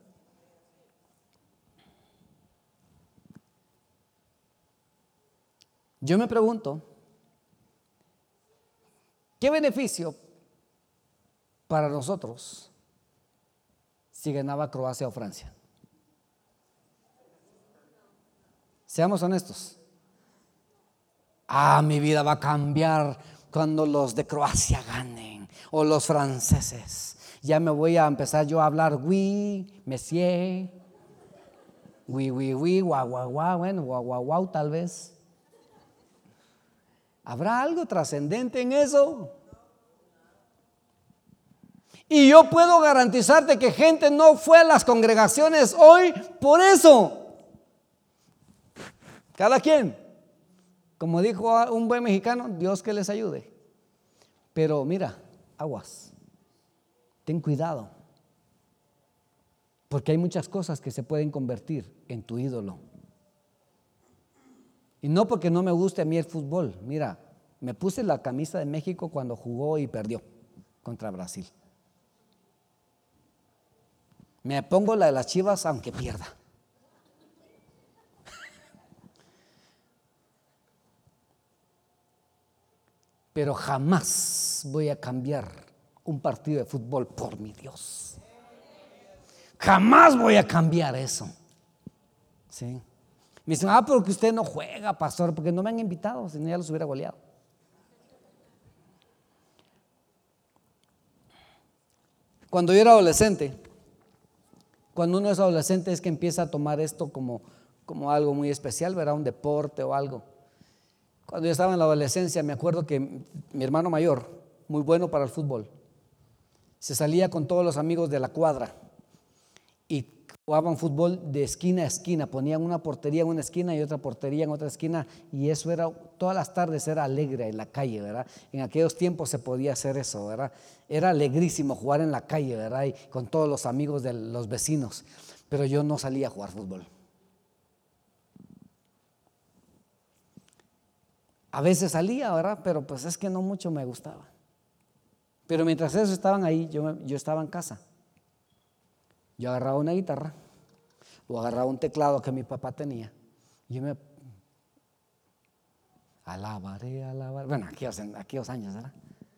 Yo me pregunto, ¿qué beneficio para nosotros si ganaba Croacia o Francia? Seamos honestos. Mi vida va a cambiar cuando los de Croacia ganen, o los franceses. Ya me voy a empezar yo a hablar oui, monsieur, oui, guau, guau, guau, bueno, guau, guau, guau, tal vez. ¿Habrá algo trascendente en eso? Y yo puedo garantizarte que gente no fue a las congregaciones hoy por eso. Cada quien, como dijo un buen mexicano, Dios que les ayude. Pero mira, aguas, ten cuidado, porque hay muchas cosas que se pueden convertir en tu ídolo. Y no porque no me guste a mí el fútbol. Mira, me puse la camisa de México cuando jugó y perdió contra Brasil. Me pongo la de las Chivas aunque pierda. pero jamás voy a cambiar un partido de fútbol por mi Dios. Jamás voy a cambiar eso. ¿Sí? Me dicen, pero que usted no juega, pastor, porque no me han invitado, si no ya los hubiera goleado. Cuando yo era adolescente, cuando uno es adolescente es que empieza a tomar esto como algo muy especial, ¿verdad? Un deporte o algo. Cuando yo estaba en la adolescencia, me acuerdo que mi hermano mayor, muy bueno para el fútbol, se salía con todos los amigos de la cuadra y jugaban fútbol de esquina a esquina, ponían una portería en una esquina y otra portería en otra esquina, y eso era, todas las tardes era alegre en la calle, ¿verdad? En aquellos tiempos se podía hacer eso, ¿verdad? Era alegrísimo jugar en la calle, ¿verdad? Y con todos los amigos de los vecinos, pero yo no salía a jugar fútbol. A veces salía, ¿verdad? Pero pues es que no mucho me gustaba. Pero mientras ellos estaban ahí, yo estaba en casa. Yo agarraba una guitarra o agarraba un teclado que mi papá tenía. Y yo me alabaré. Bueno, aquellos años, ¿verdad?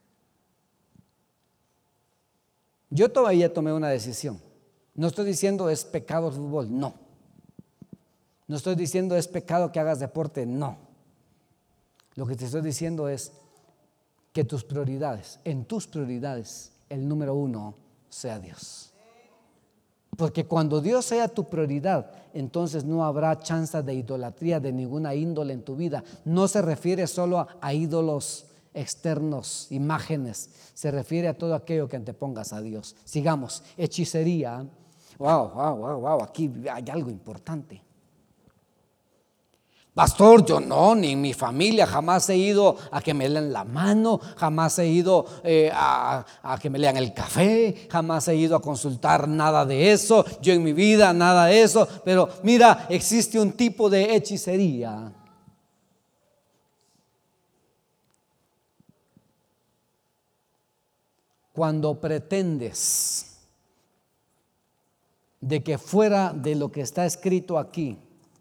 Yo todavía tomé una decisión. No estoy diciendo es pecado el fútbol, no. No estoy diciendo es pecado que hagas deporte, no. Lo que te estoy diciendo es que tus prioridades, en tus prioridades, el número uno sea Dios. Porque cuando Dios sea tu prioridad, entonces no habrá chance de idolatría de ninguna índole en tu vida. No se refiere solo a ídolos externos, imágenes, se refiere a todo aquello que antepongas a Dios. Sigamos, hechicería. Wow, aquí hay algo importante. Pastor, yo no, ni en mi familia jamás he ido a que me lean la mano, jamás he ido a que me lean el café, jamás he ido a consultar nada de eso, yo en mi vida nada de eso, pero mira, existe un tipo de hechicería. Cuando pretendes de que fuera de lo que está escrito aquí,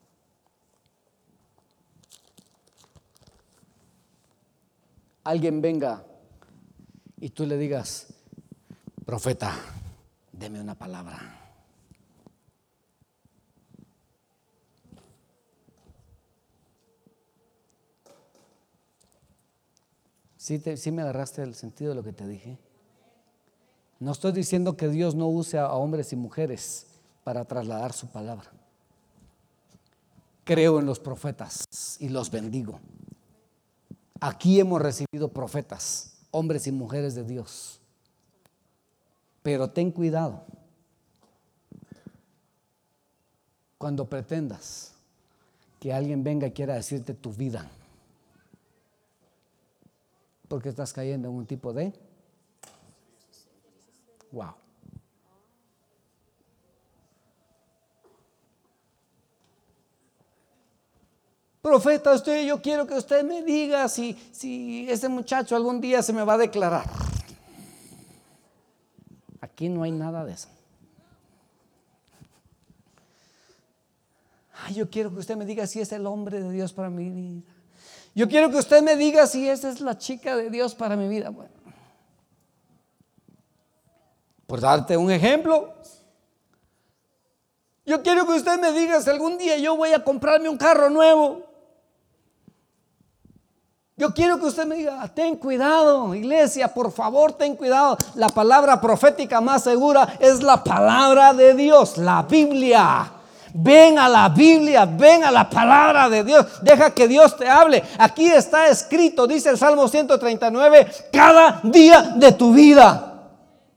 alguien venga y tú le digas, profeta, deme una palabra. ¿Sí me agarraste el sentido de lo que te dije? No estoy diciendo que Dios no use a hombres y mujeres para trasladar su palabra. Creo en los profetas y los bendigo. Aquí hemos recibido profetas, hombres y mujeres de Dios. Pero ten cuidado cuando pretendas que alguien venga y quiera decirte tu vida, porque estás cayendo en un tipo de wow. Profeta, yo quiero que usted me diga si ese muchacho algún día se me va a declarar. Aquí no hay nada de eso. Yo quiero que usted me diga si es el hombre de Dios para mi vida. Yo quiero que usted me diga si esa es la chica de Dios para mi vida. Bueno, por darte un ejemplo, yo quiero que usted me diga si algún día yo voy a comprarme un carro nuevo. Yo quiero que usted me diga, ten cuidado, iglesia, por favor, ten cuidado. La palabra profética más segura es la palabra de Dios, la Biblia. Ven a la Biblia, ven a la palabra de Dios, deja que Dios te hable. Aquí está escrito, dice el Salmo 139, cada día de tu vida.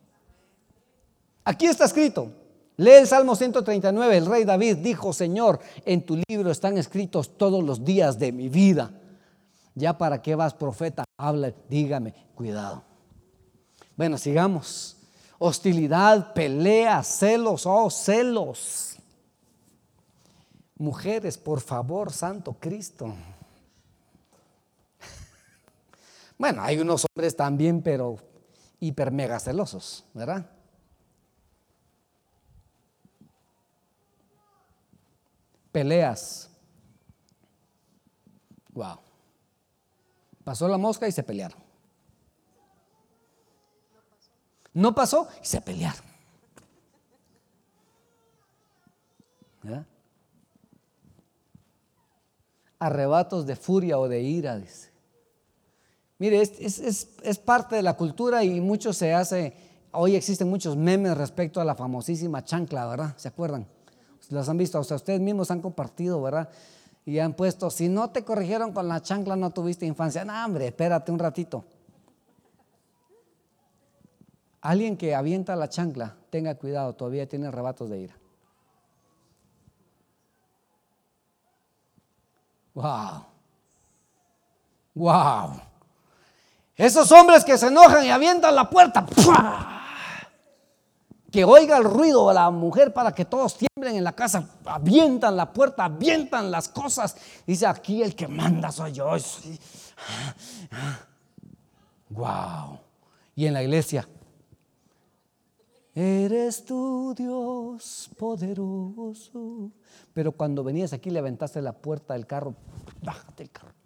Aquí está escrito. Lee el Salmo 139, el rey David dijo, Señor, en tu libro están escritos todos los días de mi vida. Ya para qué vas, profeta, habla, dígame, cuidado. Bueno, sigamos. Hostilidad, pelea, celos, celos. Mujeres, por favor, Santo Cristo. Bueno, hay unos hombres también, pero hiper mega celosos, ¿verdad? Peleas. Wow. Pasó la mosca y se pelearon. No pasó y se pelearon. ¿Verdad? Arrebatos de furia o de ira, dice. Mire, es parte de la cultura y mucho se hace. Hoy existen muchos memes respecto a la famosísima chancla, ¿verdad? ¿Se acuerdan? Los han visto, o sea, ustedes mismos han compartido, ¿verdad? Y han puesto, si no te corrigieron con la chancla, no tuviste infancia. No, hombre, espérate un ratito. Alguien que avienta la chancla, tenga cuidado, todavía tiene arrebatos de ira. Wow. Wow. Esos hombres que se enojan y avientan la puerta, ¡pua! Que oiga el ruido de la mujer para que todos tiemblen en la casa, avientan la puerta, avientan las cosas. Dice, aquí el que manda soy yo. Wow. Y en la iglesia, eres tu Dios poderoso. Pero cuando venías aquí le aventaste la puerta del carro, bájate el carro.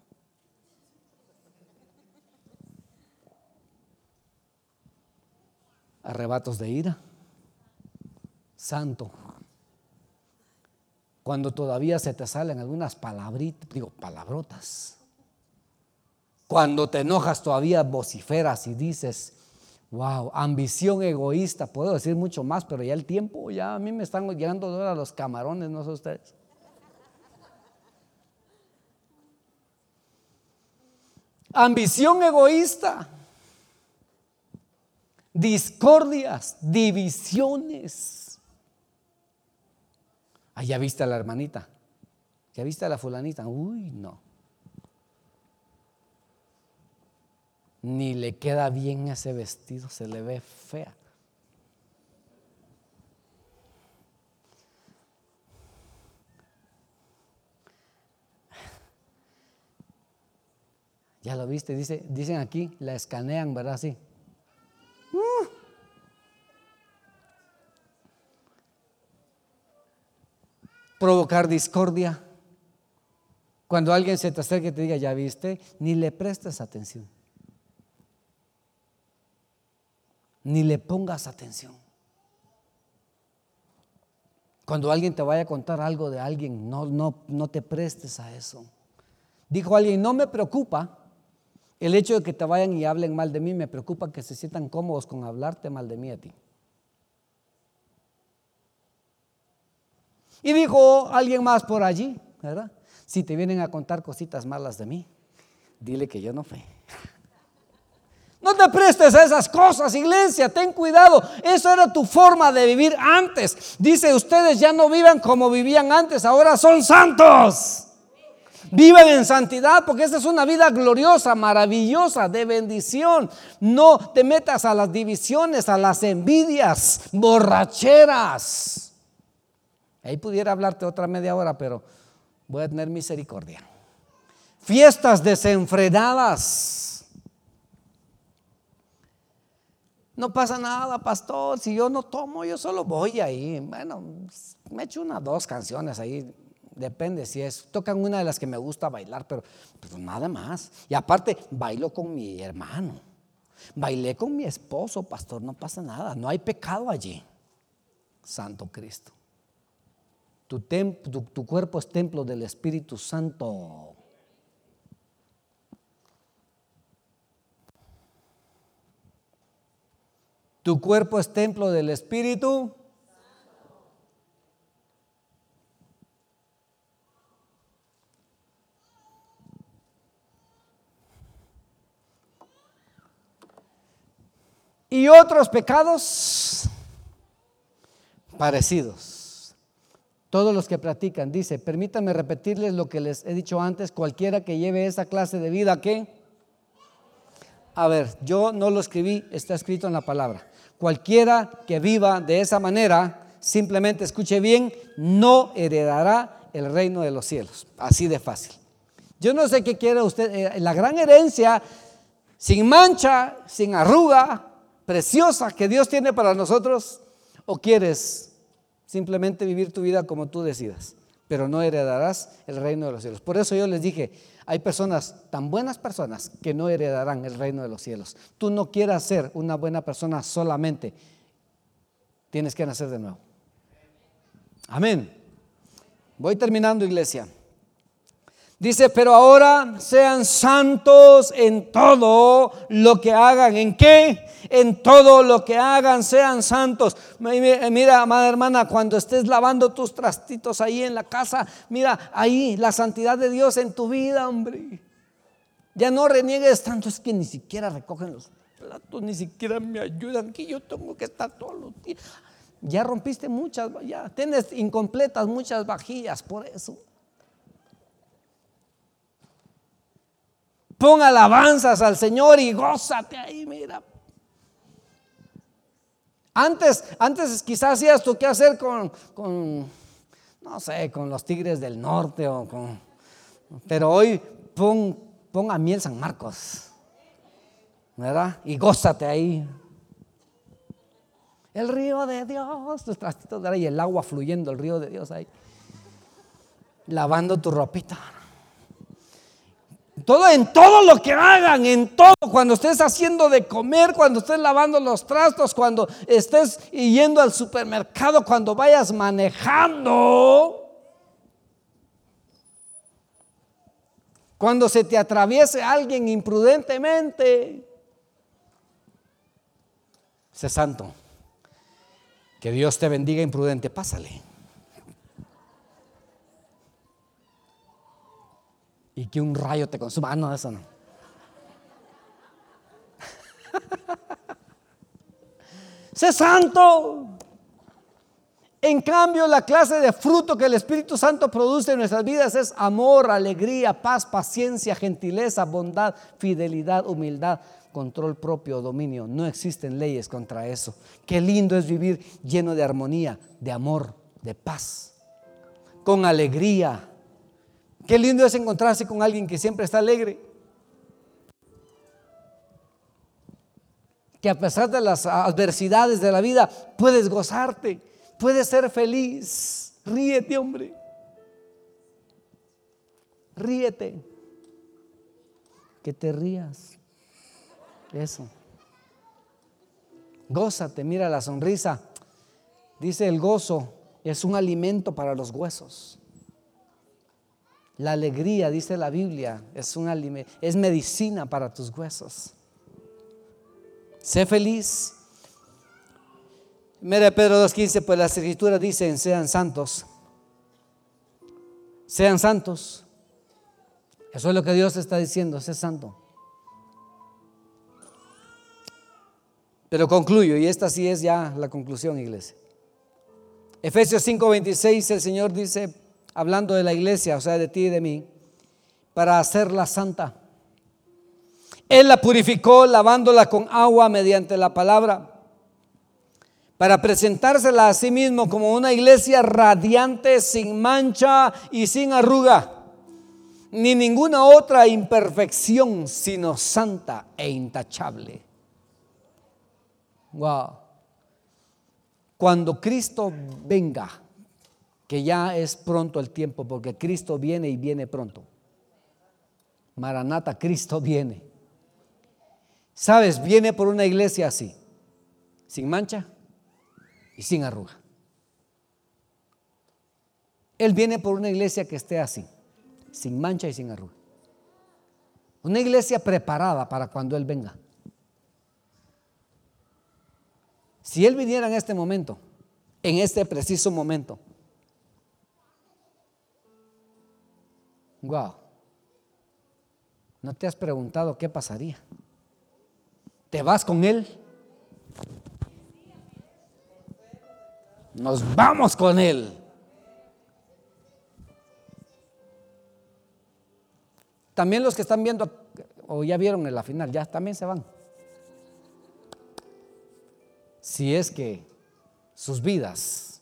Arrebatos de ira. Santo. Cuando todavía se te salen algunas palabrotas. Cuando te enojas todavía vociferas y dices, wow, ambición egoísta. Puedo decir mucho más, pero ya el tiempo, ya a mí me están llegando dolor a los camarones, no sé ustedes. Ambición egoísta. Discordias, divisiones. Ya viste a la hermanita, ya viste a la fulanita. Uy, no, ni le queda bien ese vestido, se le ve fea. Ya lo viste, dicen aquí, la escanean, ¿verdad? Sí. Provocar discordia. Cuando alguien se te acerque y te diga, ya viste, ni le prestes atención, ni le pongas atención. Cuando alguien te vaya a contar algo de alguien, no te prestes a eso. Dijo alguien, no me preocupa el hecho de que te vayan y hablen mal de mí, me preocupa que se sientan cómodos con hablarte mal de mí a ti. Y dijo alguien más por allí, ¿verdad? Si te vienen a contar cositas malas de mí, dile que yo no fui. No te prestes a esas cosas, iglesia, ten cuidado. Eso era tu forma de vivir antes. Dice, ustedes ya no vivan como vivían antes, ahora son santos. Vivan en santidad, porque esta es una vida gloriosa, maravillosa, de bendición. No te metas a las divisiones, a las envidias, borracheras. Ahí pudiera hablarte otra media hora, pero voy a tener misericordia. Fiestas desenfrenadas. No pasa nada, pastor, si yo no tomo, yo solo voy ahí. Bueno, me echo 1 o 2 canciones ahí, depende si es. Tocan una de las que me gusta bailar, pero nada más. Y aparte, bailo con mi hermano, bailé con mi esposo, pastor, no pasa nada, no hay pecado allí. Santo Cristo. Tu cuerpo es templo del Espíritu Santo. Tu cuerpo es templo del Espíritu. Y otros pecados parecidos. Todos los que practican, dice, permítanme repetirles lo que les he dicho antes, cualquiera que lleve esa clase de vida, ¿qué? A ver, yo no lo escribí, está escrito en la palabra. Cualquiera que viva de esa manera, simplemente escuche bien, no heredará el reino de los cielos. Así de fácil. Yo no sé qué quiere usted, la gran herencia, sin mancha, sin arruga, preciosa que Dios tiene para nosotros, o quieres simplemente vivir tu vida como tú decidas. pero no heredarás el reino de los cielos. Por eso yo les dije, hay personas, tan buenas personas, que no heredarán el reino de los cielos. Tú no quieras ser una buena persona solamente, tienes que nacer de nuevo. Amén. Voy terminando, iglesia. Dice, pero ahora sean santos en todo lo que hagan. ¿En qué? En todo lo que hagan, sean santos. Mira, amada hermana, cuando estés lavando tus trastitos ahí en la casa, mira ahí la santidad de Dios en tu vida, hombre. Ya no reniegues tanto, es que ni siquiera recogen los platos, ni siquiera me ayudan, que yo tengo que estar todos los días. Ya rompiste muchas, ya tienes incompletas muchas vajillas por eso. Pon alabanzas al Señor y gózate ahí, mira. Antes quizás hacías tú qué hacer con no sé, con los Tigres del Norte pero hoy pon a Miel San Marcos, ¿verdad? Y gózate ahí. El río de Dios, tus trastitos de ahí, el agua fluyendo, el río de Dios ahí, lavando tu ropita. En todo lo que hagan, en todo, cuando estés haciendo de comer, cuando estés lavando los trastos, cuando estés yendo al supermercado, cuando vayas manejando, cuando se te atraviese alguien imprudentemente, sé santo. Que Dios te bendiga, imprudente, pásale. Y que un rayo te consuma. No, eso no. Sé santo. En cambio, la clase de fruto que el Espíritu Santo produce en nuestras vidas es amor, alegría, paz, paciencia, gentileza, bondad, fidelidad, humildad, control propio, dominio. No existen leyes contra eso. Qué lindo es vivir lleno de armonía, de amor, de paz, con alegría. Qué lindo es encontrarse con alguien que siempre está alegre, que a pesar de las adversidades de la vida puedes gozarte, puedes ser feliz. Ríete, hombre, ríete, que te rías. Eso, gózate. Mira la sonrisa. Dice, el gozo es un alimento para los huesos. La alegría, dice la Biblia, es medicina para tus huesos. Sé feliz. Mira Pedro 2:15, pues las escrituras dicen, sean santos. Sean santos. Eso es lo que Dios está diciendo, sé santo. Pero concluyo, y esta sí es ya la conclusión, iglesia. Efesios 5:26, el Señor dice, hablando de la iglesia, o sea, de ti y de mí, para hacerla santa. Él la purificó lavándola con agua mediante la palabra, para presentársela a sí mismo como una iglesia radiante, sin mancha y sin arruga, ni ninguna otra imperfección, sino santa e intachable. Wow. Cuando Cristo venga, que ya es pronto el tiempo, porque Cristo viene y viene pronto. Maranata, Cristo viene. ¿Sabes? Viene por una iglesia así, sin mancha y sin arruga. Él viene por una iglesia que esté así, sin mancha y sin arruga. Una iglesia preparada para cuando Él venga. Si Él viniera en este momento, en este preciso momento, wow, ¿no te has preguntado qué pasaría? ¿Te vas con Él? Nos vamos con Él. También los que están viendo o ya vieron en la final, ya también se van. Si es que sus vidas,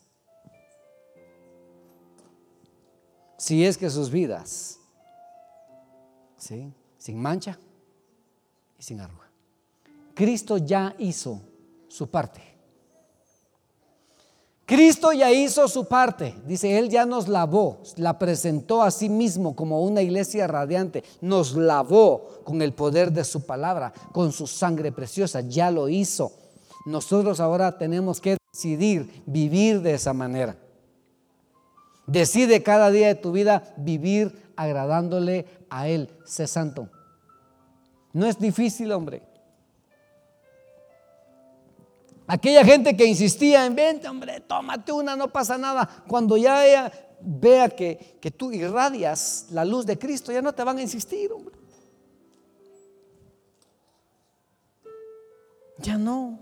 ¿sí? Sin mancha y sin arruga. Cristo ya hizo su parte. Cristo ya hizo su parte. Dice, Él ya nos lavó, la presentó a sí mismo como una iglesia radiante. Nos lavó con el poder de su palabra, con su sangre preciosa. Ya lo hizo. Nosotros ahora tenemos que decidir vivir de esa manera. Decide cada día de tu vida vivir agradándole a Él. Sé santo. No es difícil, hombre. Aquella gente que insistía en vente, hombre, tómate una, no pasa nada. Cuando ya ella vea que tú irradias la luz de Cristo, ya no te van a insistir, hombre. Ya no.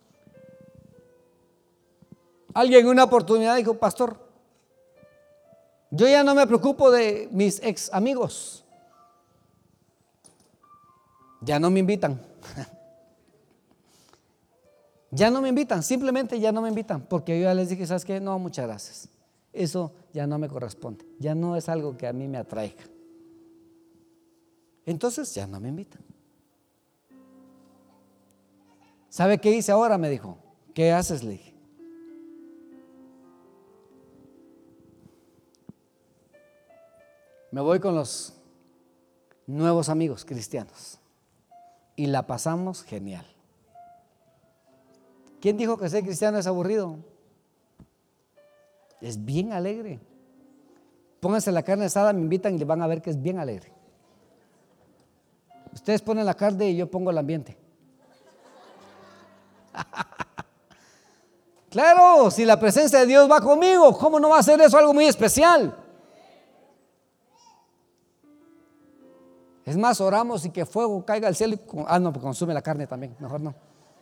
Alguien en una oportunidad dijo, pastor, yo ya no me preocupo de mis ex amigos. Ya no me invitan. Ya no me invitan, simplemente ya no me invitan, porque yo ya les dije, ¿sabes qué? No, muchas gracias. Eso ya no me corresponde, ya no es algo que a mí me atraiga. Entonces ya no me invitan. ¿Sabe qué hice ahora? Me dijo. ¿Qué haces? Le dije. Me voy con los nuevos amigos cristianos y la pasamos genial. ¿Quién dijo que ser cristiano es aburrido? Es bien alegre. Pónganse la carne asada, me invitan y le van a ver que es bien alegre. Ustedes ponen la carne y yo pongo el ambiente. Claro, si la presencia de Dios va conmigo, ¿cómo no va a ser eso algo muy especial? Es más, oramos y que fuego caiga al cielo y no, pues consume la carne también, mejor no.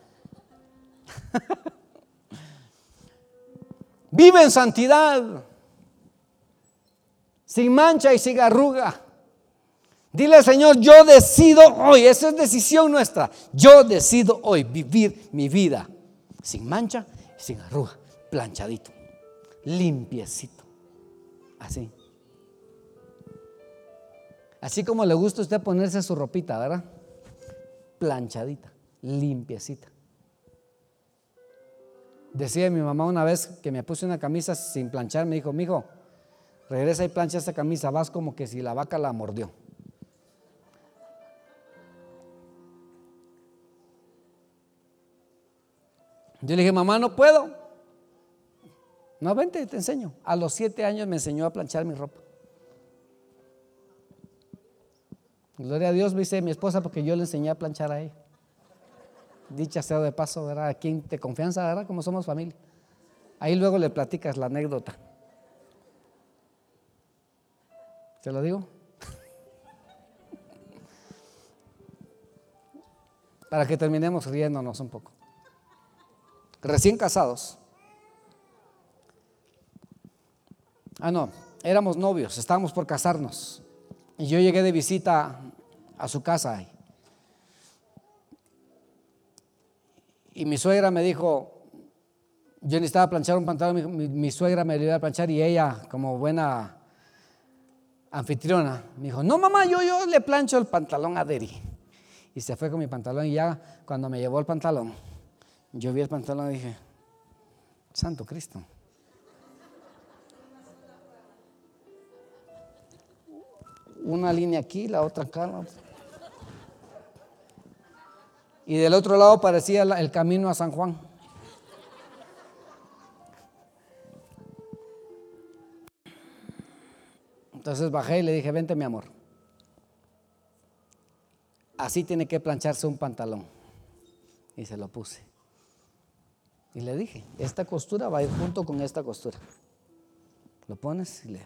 Vive en santidad, sin mancha y sin arruga. Dile al Señor, yo decido hoy, esa es decisión nuestra. Yo decido hoy vivir mi vida sin mancha y sin arruga, planchadito, limpiecito, así. Así como le gusta a usted ponerse su ropita, ¿verdad? Planchadita, limpiecita. Decía mi mamá una vez que me puse una camisa sin planchar, me dijo, mijo, regresa y plancha esa camisa, vas como que si la vaca la mordió. Yo le dije, mamá, no puedo. No, vente, te enseño. A los 7 años me enseñó a planchar mi ropa. Gloria a Dios, dice mi esposa, porque yo le enseñé a planchar a ella. Dicha sea de paso, ¿verdad? A quien te confianza, ¿verdad? Como somos familia. Ahí luego le platicas la anécdota. ¿Te lo digo? Para que terminemos riéndonos un poco. Recién casados. No, éramos novios, estábamos por casarnos. Y yo llegué de visita a su casa. Y mi suegra me dijo, yo necesitaba planchar un pantalón, mi suegra me lo iba a planchar y ella, como buena anfitriona, me dijo, no mamá, yo le plancho el pantalón a Deri. Y se fue con mi pantalón y ya cuando me llevó el pantalón, yo vi el pantalón y dije, Santo Cristo. Una línea aquí, la otra acá. Y del otro lado parecía el camino a San Juan. Entonces bajé y le dije, vente mi amor. Así tiene que plancharse un pantalón. Y se lo puse. Y le dije, esta costura va a ir junto con esta costura. Lo pones y le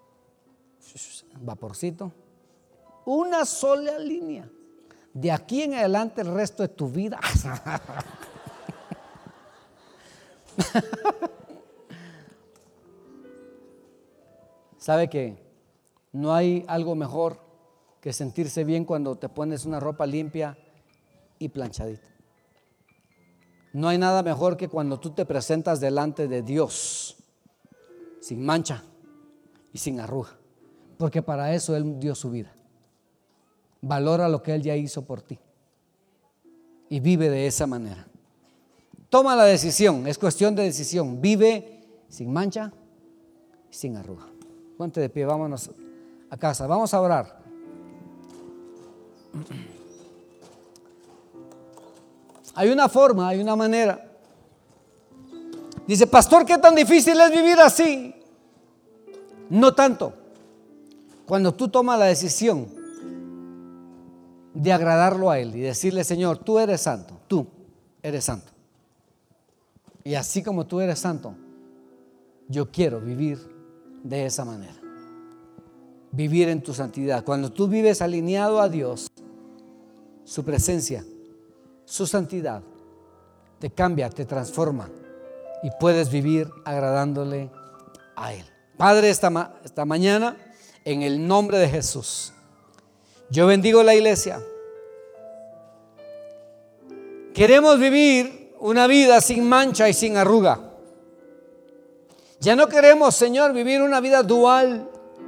vaporcito. Una sola línea. De aquí en adelante el resto de tu vida. ¿Sabe que no hay algo mejor que sentirse bien cuando te pones una ropa limpia y planchadita? No hay nada mejor que cuando tú te presentas delante de Dios sin mancha y sin arruga, porque para eso Él dio su vida. Valora lo que Él ya hizo por ti y vive de esa manera. Toma la decisión, es cuestión de decisión. Vive sin mancha y sin arruga. Ponte de pie, vámonos a casa, vamos a orar. Hay una forma, hay una manera. Dice, pastor, ¿qué tan difícil es vivir así? No tanto. Cuando tú tomas la decisión de agradarlo a Él y decirle, Señor, tú eres santo. Y así como tú eres santo, yo quiero vivir de esa manera. Vivir en tu santidad. Cuando tú vives alineado a Dios, su presencia, su santidad, te cambia, te transforma y puedes vivir agradándole a Él. Padre, esta mañana, en el nombre de Jesús, yo bendigo la iglesia. Queremos vivir una vida sin mancha y sin arruga. Ya no queremos, Señor, vivir una vida dual.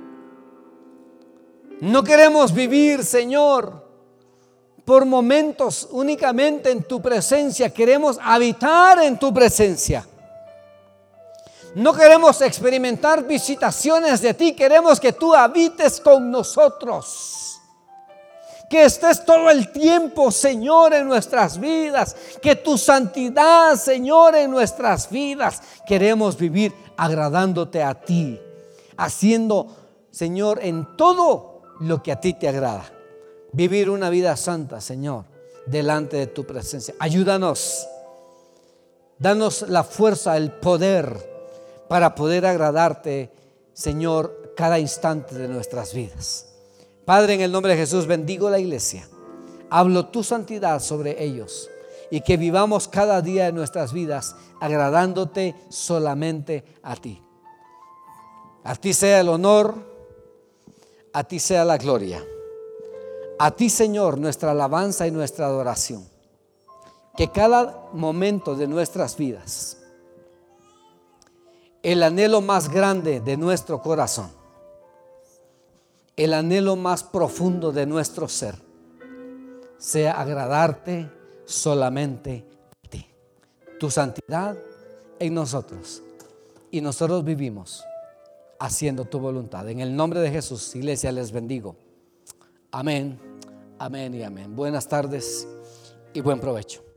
No queremos vivir, Señor, por momentos únicamente en tu presencia. Queremos habitar en tu presencia. No queremos experimentar visitaciones de ti. Queremos que tú habites con nosotros. Que estés todo el tiempo, Señor, en nuestras vidas. Que tu santidad, Señor, en nuestras vidas. Queremos vivir agradándote a ti. Haciendo, Señor, en todo lo que a ti te agrada. Vivir una vida santa, Señor, delante de tu presencia. Ayúdanos. Danos la fuerza, el poder para poder agradarte, Señor, cada instante de nuestras vidas. Padre, en el nombre de Jesús, bendigo la iglesia. Hablo tu santidad sobre ellos y que vivamos cada día de nuestras vidas agradándote solamente a ti. A ti sea el honor, a ti sea la gloria. A ti, Señor, nuestra alabanza y nuestra adoración. Que cada momento de nuestras vidas, el anhelo más grande de nuestro corazón, el anhelo más profundo de nuestro ser, sea agradarte solamente a ti. Tu santidad en nosotros y nosotros vivimos haciendo tu voluntad. En el nombre de Jesús, iglesia, les bendigo. Amén, amén y amén. Buenas tardes y buen provecho.